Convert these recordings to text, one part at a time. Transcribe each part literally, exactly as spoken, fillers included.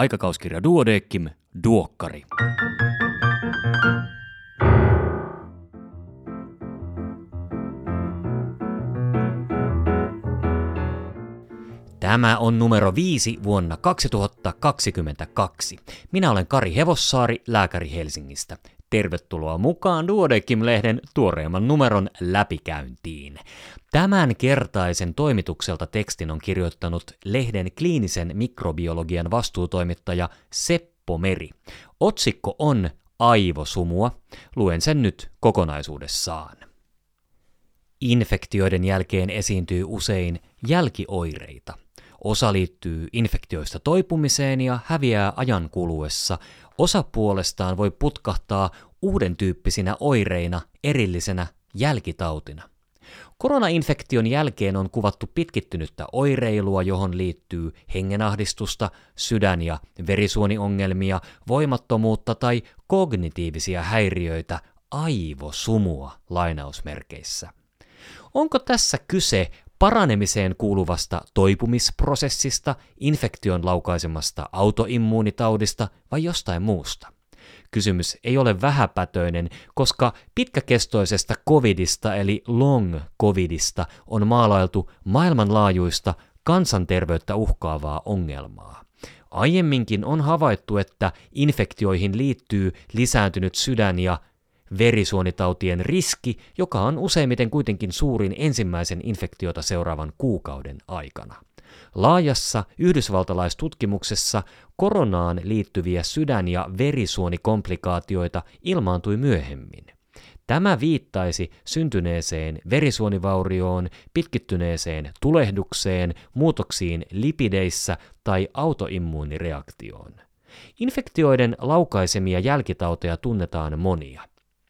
Aikakauskirja Duodeckim, Duokkari. Tämä on numero viisi vuonna kaksituhattakaksikymmentäkaksi. Minä olen Kari Hevossaari, lääkäri Helsingistä. Tervetuloa mukaan Duodeckim-lehden tuoreemman numeron läpikäyntiin. Tämän kertaisen toimitukselta tekstin on kirjoittanut lehden kliinisen mikrobiologian vastuutoimittaja Seppo Meri. Otsikko on Aivosumua. Luen sen nyt kokonaisuudessaan. Infektioiden jälkeen esiintyy usein jälkioireita. Osa liittyy infektioista toipumiseen ja häviää ajan kuluessa. Osa puolestaan voi putkahtaa uuden tyyppisinä oireina erillisenä jälkitautina. Koronainfektion jälkeen on kuvattu pitkittynyttä oireilua, johon liittyy hengenahdistusta, sydän- ja verisuoniongelmia, voimattomuutta tai kognitiivisia häiriöitä, aivosumua lainausmerkeissä. Onko tässä kyse paranemiseen kuuluvasta toipumisprosessista, infektion laukaisemasta autoimmuunitaudista vai jostain muusta? Kysymys ei ole vähäpätöinen, koska pitkäkestoisesta covidista eli long covidista on maalailtu maailmanlaajuista kansanterveyttä uhkaavaa ongelmaa. Aiemminkin on havaittu, että infektioihin liittyy lisääntynyt sydän- ja verisuonitautien riski, joka on useimmiten kuitenkin suurin ensimmäisen infektiota seuraavan kuukauden aikana. Laajassa yhdysvaltalaistutkimuksessa koronaan liittyviä sydän- ja verisuonikomplikaatioita ilmaantui myöhemmin. Tämä viittaisi syntyneeseen verisuonivaurioon, pitkittyneeseen tulehdukseen, muutoksiin lipideissä tai autoimmuunireaktioon. Infektioiden laukaisemia jälkitauteja tunnetaan monia.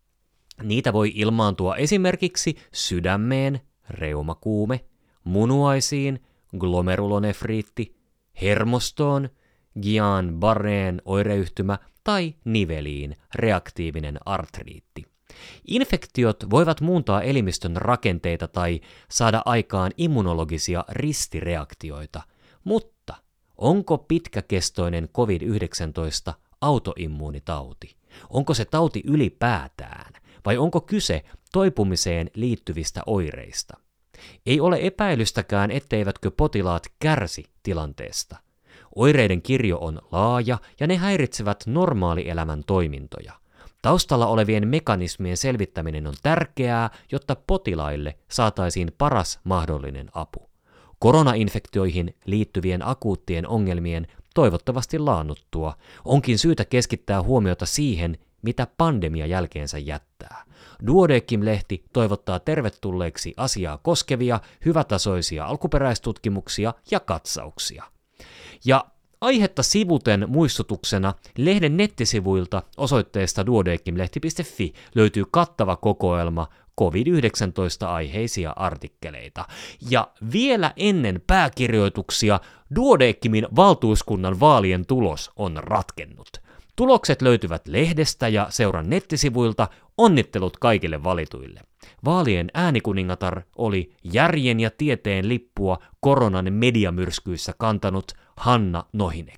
Niitä voi ilmaantua esimerkiksi sydämeen, reumakuume, munuaisiin, glomerulonefriitti, hermostoon, Guillain-Barrén oireyhtymä tai niveliin, reaktiivinen artriitti. Infektiot voivat muuntaa elimistön rakenteita tai saada aikaan immunologisia ristireaktioita, mutta onko pitkäkestoinen covid yhdeksäntoista autoimmuunitauti? Onko se tauti ylipäätään? Vai onko kyse toipumiseen liittyvistä oireista? Ei ole epäilystäkään, etteivätkö potilaat kärsi tilanteesta. Oireiden kirjo on laaja ja ne häiritsevät normaalielämän toimintoja. Taustalla olevien mekanismien selvittäminen on tärkeää, jotta potilaille saataisiin paras mahdollinen apu. Koronainfektioihin liittyvien akuuttien ongelmien toivottavasti laannuttua onkin syytä keskittää huomiota siihen, mitä pandemia jälkeensä jättää. Duodeckim-lehti toivottaa tervetulleeksi asiaa koskevia, hyvätasoisia alkuperäistutkimuksia ja katsauksia. Ja aihetta sivuten muistutuksena lehden nettisivuilta osoitteesta duodeckimlehti piste fi löytyy kattava kokoelma covid yhdeksäntoista-aiheisia artikkeleita. Ja vielä ennen pääkirjoituksia Duodeckimin valtuuskunnan vaalien tulos on ratkennut. Tulokset löytyvät lehdestä ja seuran nettisivuilta. Onnittelut kaikille valituille. Vaalien äänikuningatar oli järjen ja tieteen lippua koronan mediamyrskyissä kantanut Hanna Nohynek.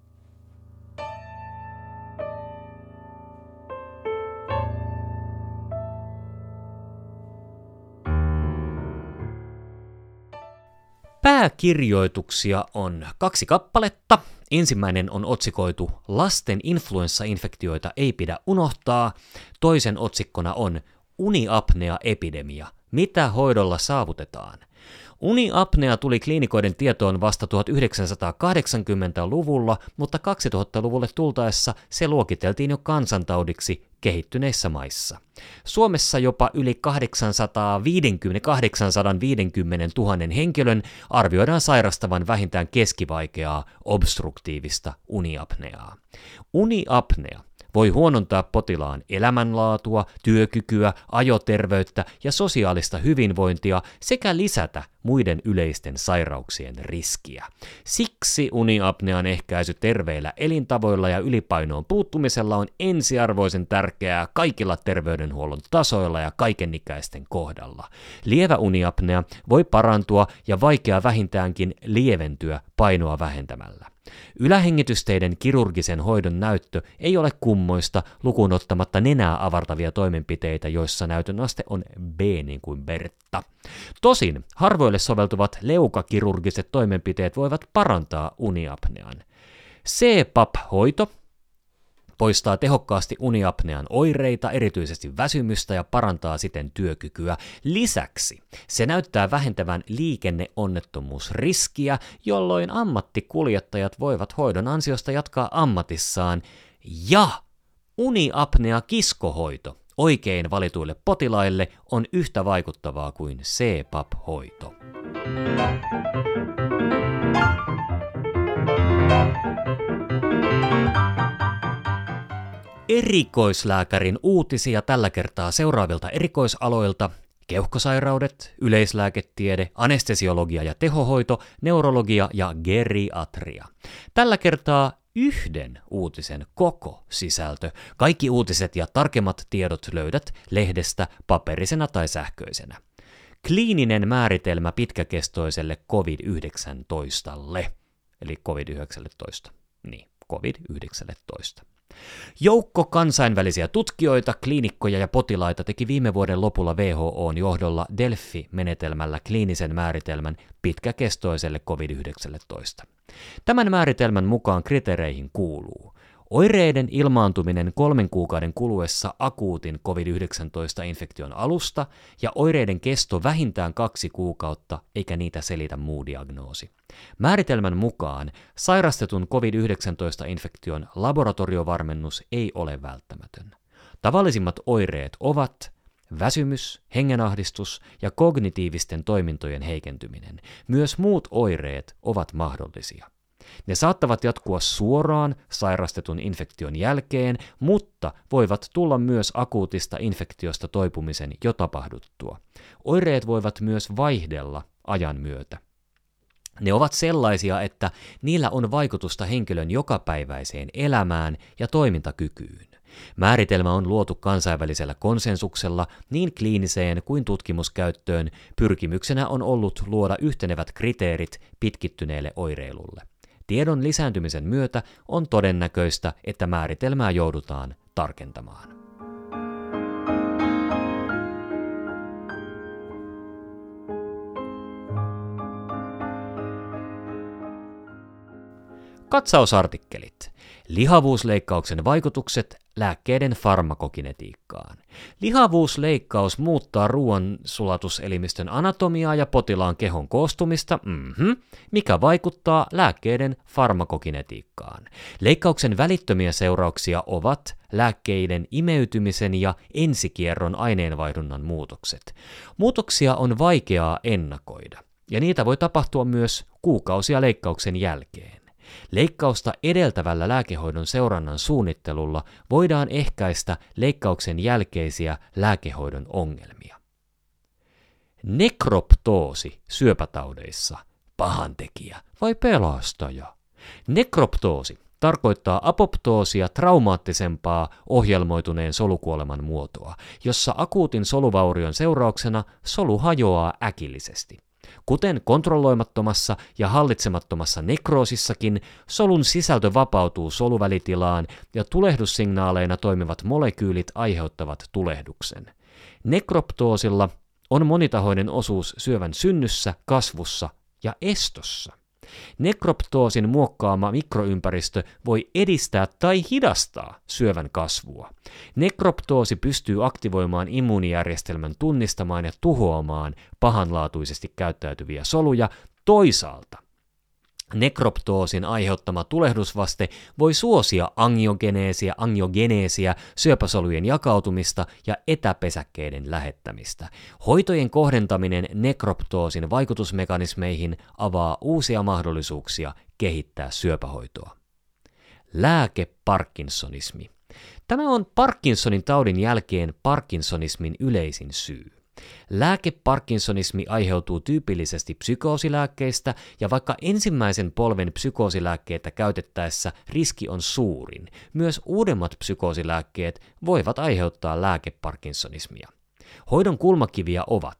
Pääkirjoituksia on kaksi kappaletta. Ensimmäinen on otsikoitu Lasten influenssainfektioita ei pidä unohtaa. Toisen otsikkona on Uniapnea-epidemia. Mitä hoidolla saavutetaan? Uniapnea tuli kliinikoiden tietoon vasta tuhatyhdeksänsataakahdeksankymmentäluvulla, mutta kaksituhattaluvulle tultaessa se luokiteltiin jo kansantaudiksi kehittyneissä maissa. Suomessa jopa yli kahdeksansataaviisikymmentätuhatta henkilön arvioidaan sairastavan vähintään keskivaikeaa obstruktiivista uniapneaa. Uniapnea voi huonontaa potilaan elämänlaatua, työkykyä, ajoterveyttä ja sosiaalista hyvinvointia sekä lisätä muiden yleisten sairauksien riskiä. Siksi uniapnean ehkäisy terveillä elintavoilla ja ylipainoon puuttumisella on ensiarvoisen tärkeää kaikilla terveydenhuollon tasoilla ja kaikenikäisten kohdalla. Lievä uniapnea voi parantua ja vaikea vähintäänkin lieventyä painoa vähentämällä. Ylähengitysteiden kirurgisen hoidon näyttö ei ole kummoista lukuun ottamatta nenää avartavia toimenpiteitä, joissa näytön aste on B niin kuin Bertta. Tosin harvoille soveltuvat leukakirurgiset toimenpiteet voivat parantaa uniapnean. C PAP-hoito poistaa tehokkaasti uniapnean oireita, erityisesti väsymystä ja parantaa siten työkykyä. Lisäksi se näyttää vähentävän liikenneonnettomuusriskiä, jolloin ammattikuljettajat voivat hoidon ansiosta jatkaa ammatissaan. Ja uniapnea-kiskohoito oikein valituille potilaille on yhtä vaikuttavaa kuin C PAP-hoito. Erikoislääkärin uutisia tällä kertaa seuraavilta erikoisaloilta: keuhkosairaudet, yleislääketiede, anestesiologia ja tehohoito, neurologia ja geriatria. Tällä kertaa yhden uutisen koko sisältö. Kaikki uutiset ja tarkemmat tiedot löydät lehdestä paperisena tai sähköisenä. Kliininen määritelmä pitkäkestoiselle covid yhdeksäntoistalle, eli covid yhdeksäntoista. Niin, covid yhdeksäntoista. Joukko kansainvälisiä tutkijoita, kliinikkoja ja potilaita teki viime vuoden lopulla W H O:n johdolla Delphi-menetelmällä kliinisen määritelmän pitkäkestoiselle covid yhdeksäntoista. Tämän määritelmän mukaan kriteereihin kuuluu oireiden ilmaantuminen kolmen kuukauden kuluessa akuutin covid yhdeksäntoista-infektion alusta ja oireiden kesto vähintään kaksi kuukautta, eikä niitä selitä muu diagnoosi. Määritelmän mukaan sairastetun covid yhdeksäntoista-infektion laboratoriovarmennus ei ole välttämätön. Tavallisimmat oireet ovat väsymys, hengenahdistus ja kognitiivisten toimintojen heikentyminen. Myös muut oireet ovat mahdollisia. Ne saattavat jatkua suoraan sairastetun infektion jälkeen, mutta voivat tulla myös akuutista infektiosta toipumisen jo tapahduttua. Oireet voivat myös vaihdella ajan myötä. Ne ovat sellaisia, että niillä on vaikutusta henkilön jokapäiväiseen elämään ja toimintakykyyn. Määritelmä on luotu kansainvälisellä konsensuksella niin kliiniseen kuin tutkimuskäyttöön. Pyrkimyksenä on ollut luoda yhtenevät kriteerit pitkittyneelle oireilulle. Tiedon lisääntymisen myötä on todennäköistä, että määritelmää joudutaan tarkentamaan. Katsausartikkelit. Lihavuusleikkauksen vaikutukset lääkkeiden farmakokinetiikkaan. Lihavuusleikkaus muuttaa ruoansulatuselimistön anatomiaa ja potilaan kehon koostumista, mm-hmm, mikä vaikuttaa lääkkeiden farmakokinetiikkaan. Leikkauksen välittömiä seurauksia ovat lääkkeiden imeytymisen ja ensikierron aineenvaihdunnan muutokset. Muutoksia on vaikeaa ennakoida, ja niitä voi tapahtua myös kuukausia leikkauksen jälkeen. Leikkausta edeltävällä lääkehoidon seurannan suunnittelulla voidaan ehkäistä leikkauksen jälkeisiä lääkehoidon ongelmia. Nekroptoosi syöpätaudeissa. Pahantekijä vai pelastaja? Nekroptoosi tarkoittaa apoptoosia, traumaattisempaa ohjelmoituneen solukuoleman muotoa, jossa akuutin soluvaurion seurauksena solu hajoaa äkillisesti. Kuten kontrolloimattomassa ja hallitsemattomassa nekroosissakin, solun sisältö vapautuu soluvälitilaan ja tulehdussignaaleina toimivat molekyylit aiheuttavat tulehduksen. Nekroptoosilla on monitahoinen osuus syövän synnyssä, kasvussa ja estossa. Nekroptoosin muokkaama mikroympäristö voi edistää tai hidastaa syövän kasvua. Nekroptoosi pystyy aktivoimaan immuunijärjestelmän tunnistamaan ja tuhoamaan pahanlaatuisesti käyttäytyviä soluja. Toisaalta nekroptoosin aiheuttama tulehdusvaste voi suosia angiogeneesiä, angiogeneesiä, syöpäsolujen jakautumista ja etäpesäkkeiden lähettämistä. Hoitojen kohdentaminen nekroptoosin vaikutusmekanismeihin avaa uusia mahdollisuuksia kehittää syöpähoitoa. Lääkeparkinsonismi. Tämä on Parkinsonin taudin jälkeen parkinsonismin yleisin syy. Lääkeparkinsonismi aiheutuu tyypillisesti psykoosilääkkeistä, ja vaikka ensimmäisen polven psykoosilääkkeitä käytettäessä riski on suurin, myös uudemmat psykoosilääkkeet voivat aiheuttaa lääkeparkinsonismia. Hoidon kulmakiviä ovat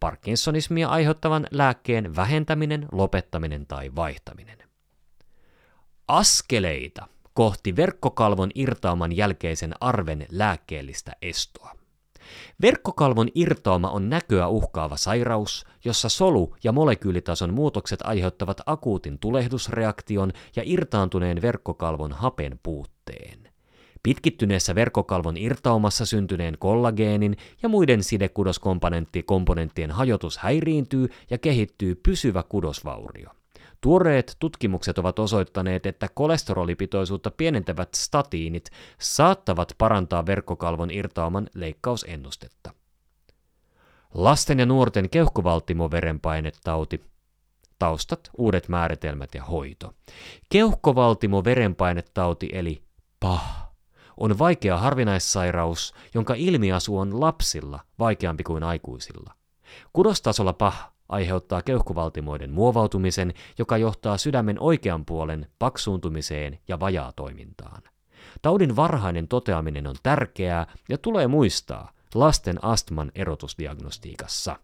lääkeparkinsonismia aiheuttavan lääkkeen vähentäminen, lopettaminen tai vaihtaminen. Askeleita kohti verkkokalvon irtauman jälkeisen arven lääkkeellistä estoa. Verkkokalvon irtauma on näköä uhkaava sairaus, jossa solu- ja molekyylitason muutokset aiheuttavat akuutin tulehdusreaktion ja irtaantuneen verkkokalvon hapen puutteen. Pitkittyneessä verkkokalvon irtaumassa syntyneen kollageenin ja muiden sidekudoskomponenttien hajotus häiriintyy ja kehittyy pysyvä kudosvaurio. Tuoreet tutkimukset ovat osoittaneet, että kolesterolipitoisuutta pienentävät statiinit saattavat parantaa verkkokalvon irtauman leikkausennustetta. Lasten ja nuorten keuhkovaltimoverenpainetauti. Taustat, uudet määritelmät ja hoito. Keuhkovaltimoverenpainetauti eli P A H on vaikea harvinaissairaus, jonka ilmiasu on lapsilla vaikeampi kuin aikuisilla. Kudostasolla P A H aiheuttaa keuhkovaltimoiden muovautumisen, joka johtaa sydämen oikean puolen paksuuntumiseen ja vajaatoimintaan. Taudin varhainen toteaminen on tärkeää ja tulee muistaa lasten astman erotusdiagnostiikassa.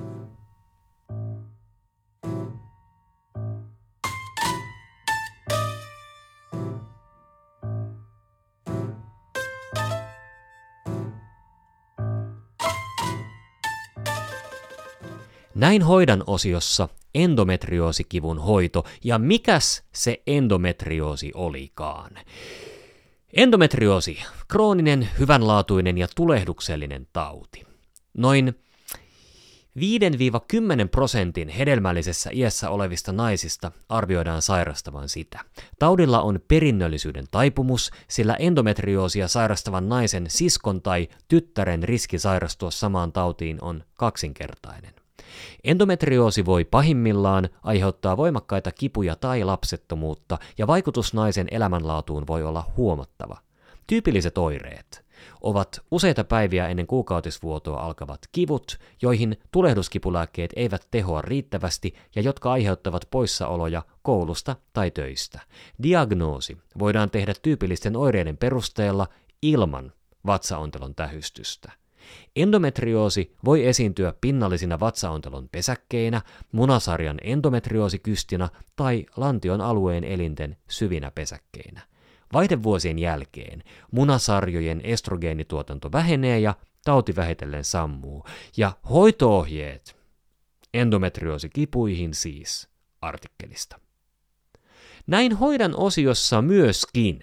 Näin hoidan osiossa endometrioosikivun hoito, ja mikäs se endometrioosi olikaan? Endometrioosi, krooninen, hyvänlaatuinen ja tulehduksellinen tauti. Noin viidestä kymmeneen prosentin hedelmällisessä iässä olevista naisista arvioidaan sairastavan sitä. Taudilla on perinnöllisyyden taipumus, sillä endometrioosia sairastavan naisen siskon tai tyttären riski sairastua samaan tautiin on kaksinkertainen. Endometrioosi voi pahimmillaan aiheuttaa voimakkaita kipuja tai lapsettomuutta, ja vaikutus naisen elämänlaatuun voi olla huomattava. Tyypilliset oireet ovat useita päiviä ennen kuukautisvuotoa alkavat kivut, joihin tulehduskipulääkkeet eivät tehoa riittävästi ja jotka aiheuttavat poissaoloja koulusta tai töistä. Diagnoosi voidaan tehdä tyypillisten oireiden perusteella ilman vatsaontelon tähystystä. Endometrioosi voi esiintyä pinnallisina vatsaontelon pesäkkeinä, munasarjan endometrioosikystina tai lantion alueen elinten syvinä pesäkkeinä. Vaihdevuosien jälkeen munasarjojen estrogeenituotanto vähenee ja tauti vähitellen sammuu. Ja hoito-ohjeet endometrioosi-kipuihin siis artikkelista. Näin hoidan osiossa myöskin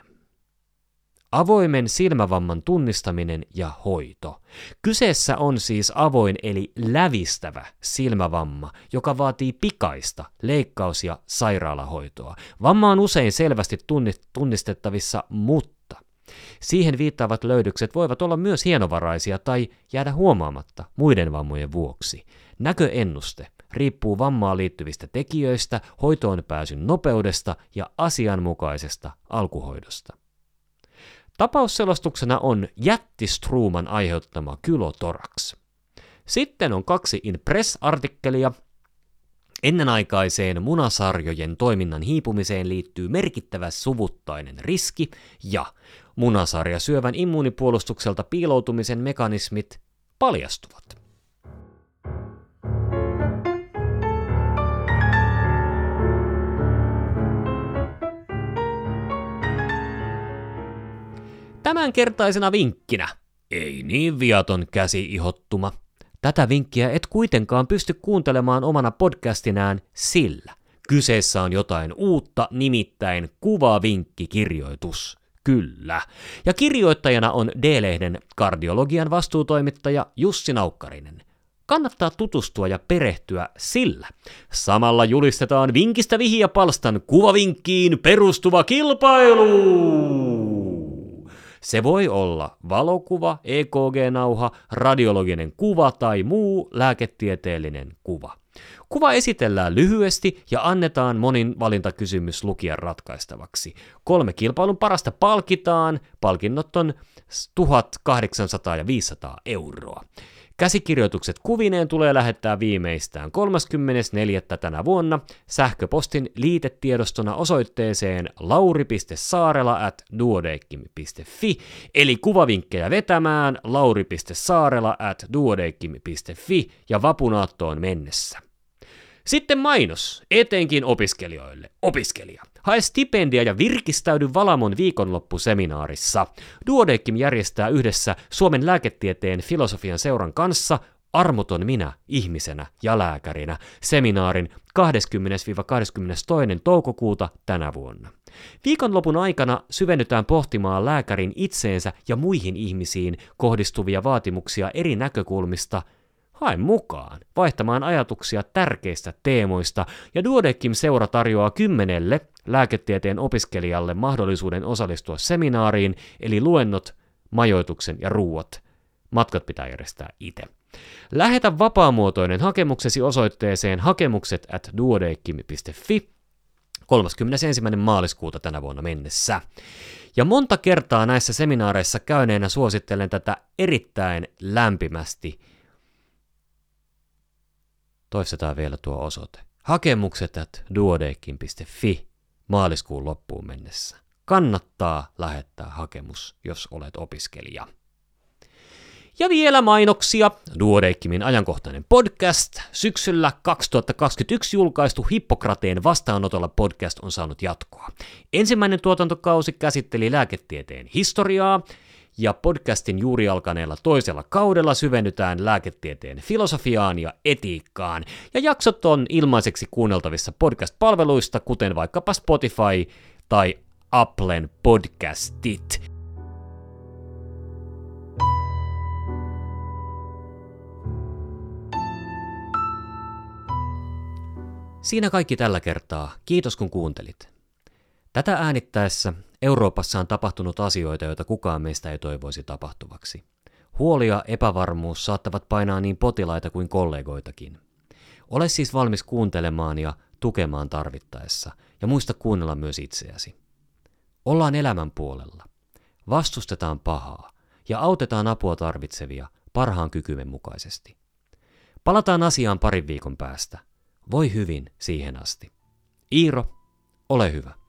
avoimen silmävamman tunnistaminen ja hoito. Kyseessä on siis avoin eli lävistävä silmävamma, joka vaatii pikaista leikkaus- ja sairaalahoitoa. Vamma on usein selvästi tunnistettavissa, mutta siihen viittaavat löydökset voivat olla myös hienovaraisia tai jäädä huomaamatta muiden vammojen vuoksi. Näköennuste riippuu vammaan liittyvistä tekijöistä, hoitoon pääsyn nopeudesta ja asianmukaisesta alkuhoidosta. Tapausselostuksena on jättistruuman aiheuttama kylotoraks. Sitten on kaksi Impress-artikkelia. Ennenaikaiseen munasarjojen toiminnan hiipumiseen liittyy merkittävä suvuttainen riski ja munasarjasyövän immuunipuolustukselta piiloutumisen mekanismit paljastuvat. Tämänkertaisena vinkkinä, ei niin viaton käsi-ihottuma. Tätä vinkkiä et kuitenkaan pysty kuuntelemaan omana podcastinään, sillä kyseessä on jotain uutta, nimittäin kuvavinkkikirjoitus. Kyllä. Ja kirjoittajana on D-lehden kardiologian vastuutoimittaja Jussi Naukkarinen. Kannattaa tutustua ja perehtyä, sillä samalla julistetaan vinkistä vihjapalstan kuvavinkkiin perustuva kilpailu. Se voi olla valokuva, E K G-nauha, radiologinen kuva tai muu lääketieteellinen kuva. Kuva esitellään lyhyesti ja annetaan monin valintakysymys lukijan ratkaistavaksi. Kolme kilpailun parasta palkitaan, palkinnot on tuhatkahdeksansataa ja viisisataa euroa. Käsikirjoitukset kuvineen tulee lähettää viimeistään kolmaskymmenes neljäs tänä vuonna sähköpostin liitetiedostona osoitteeseen lauri piste saarela at duodeckim piste fi, eli kuvavinkkejä vetämään lauri piste saarela at duodeckim piste fi ja vapunaattoon mennessä. Sitten mainos, etenkin opiskelijoille. Opiskelija, Hae stipendia ja virkistäydy Valamon viikonloppuseminaarissa. Duodeckim järjestää yhdessä Suomen lääketieteen filosofian seuran kanssa Armoton minä ihmisenä ja lääkärinä seminaarin kahdeskymmenes kahdeskymmenestoinen toukokuuta tänä vuonna. Viikonlopun aikana syvennytään pohtimaan lääkärin itseensä ja muihin ihmisiin kohdistuvia vaatimuksia eri näkökulmista. Hae mukaan vaihtamaan ajatuksia tärkeistä teemoista, ja Duodeckim-seura tarjoaa kymmenelle lääketieteen opiskelijalle mahdollisuuden osallistua seminaariin, eli luennot, majoituksen ja ruuat. Matkat pitää järjestää itse. Lähetä vapaamuotoinen hakemuksesi osoitteeseen hakemukset at duodeckim piste fi kolmaskymmenesensimmäinen maaliskuuta tänä vuonna mennessä. Ja monta kertaa näissä seminaareissa käyneenä suosittelen tätä erittäin lämpimästi. Toistetaan vielä tuo osoite. Hakemukset at duodeckim piste fi maaliskuun loppuun mennessä. Kannattaa lähettää hakemus, jos olet opiskelija. Ja vielä mainoksia. Duodeckimin ajankohtainen podcast. Syksyllä kaksituhattakaksikymmentäyksi julkaistu Hippokrateen vastaanotolla podcast on saanut jatkoa. Ensimmäinen tuotantokausi käsitteli lääketieteen historiaa, ja podcastin juuri alkaneella toisella kaudella syvennytään lääketieteen filosofiaan ja etiikkaan, ja jaksot on ilmaiseksi kuunneltavissa podcast-palveluista, kuten vaikkapa Spotify tai Applen podcastit. Siinä kaikki tällä kertaa. Kiitos kun kuuntelit. Tätä äänittäessä Euroopassa on tapahtunut asioita, joita kukaan meistä ei toivoisi tapahtuvaksi. Huoli ja epävarmuus saattavat painaa niin potilaita kuin kollegoitakin. Ole siis valmis kuuntelemaan ja tukemaan tarvittaessa, ja muista kuunnella myös itseäsi. Ollaan elämän puolella. Vastustetaan pahaa ja autetaan apua tarvitsevia parhaan kykymme mukaisesti. Palataan asiaan parin viikon päästä. Voi hyvin siihen asti. Iiro, ole hyvä.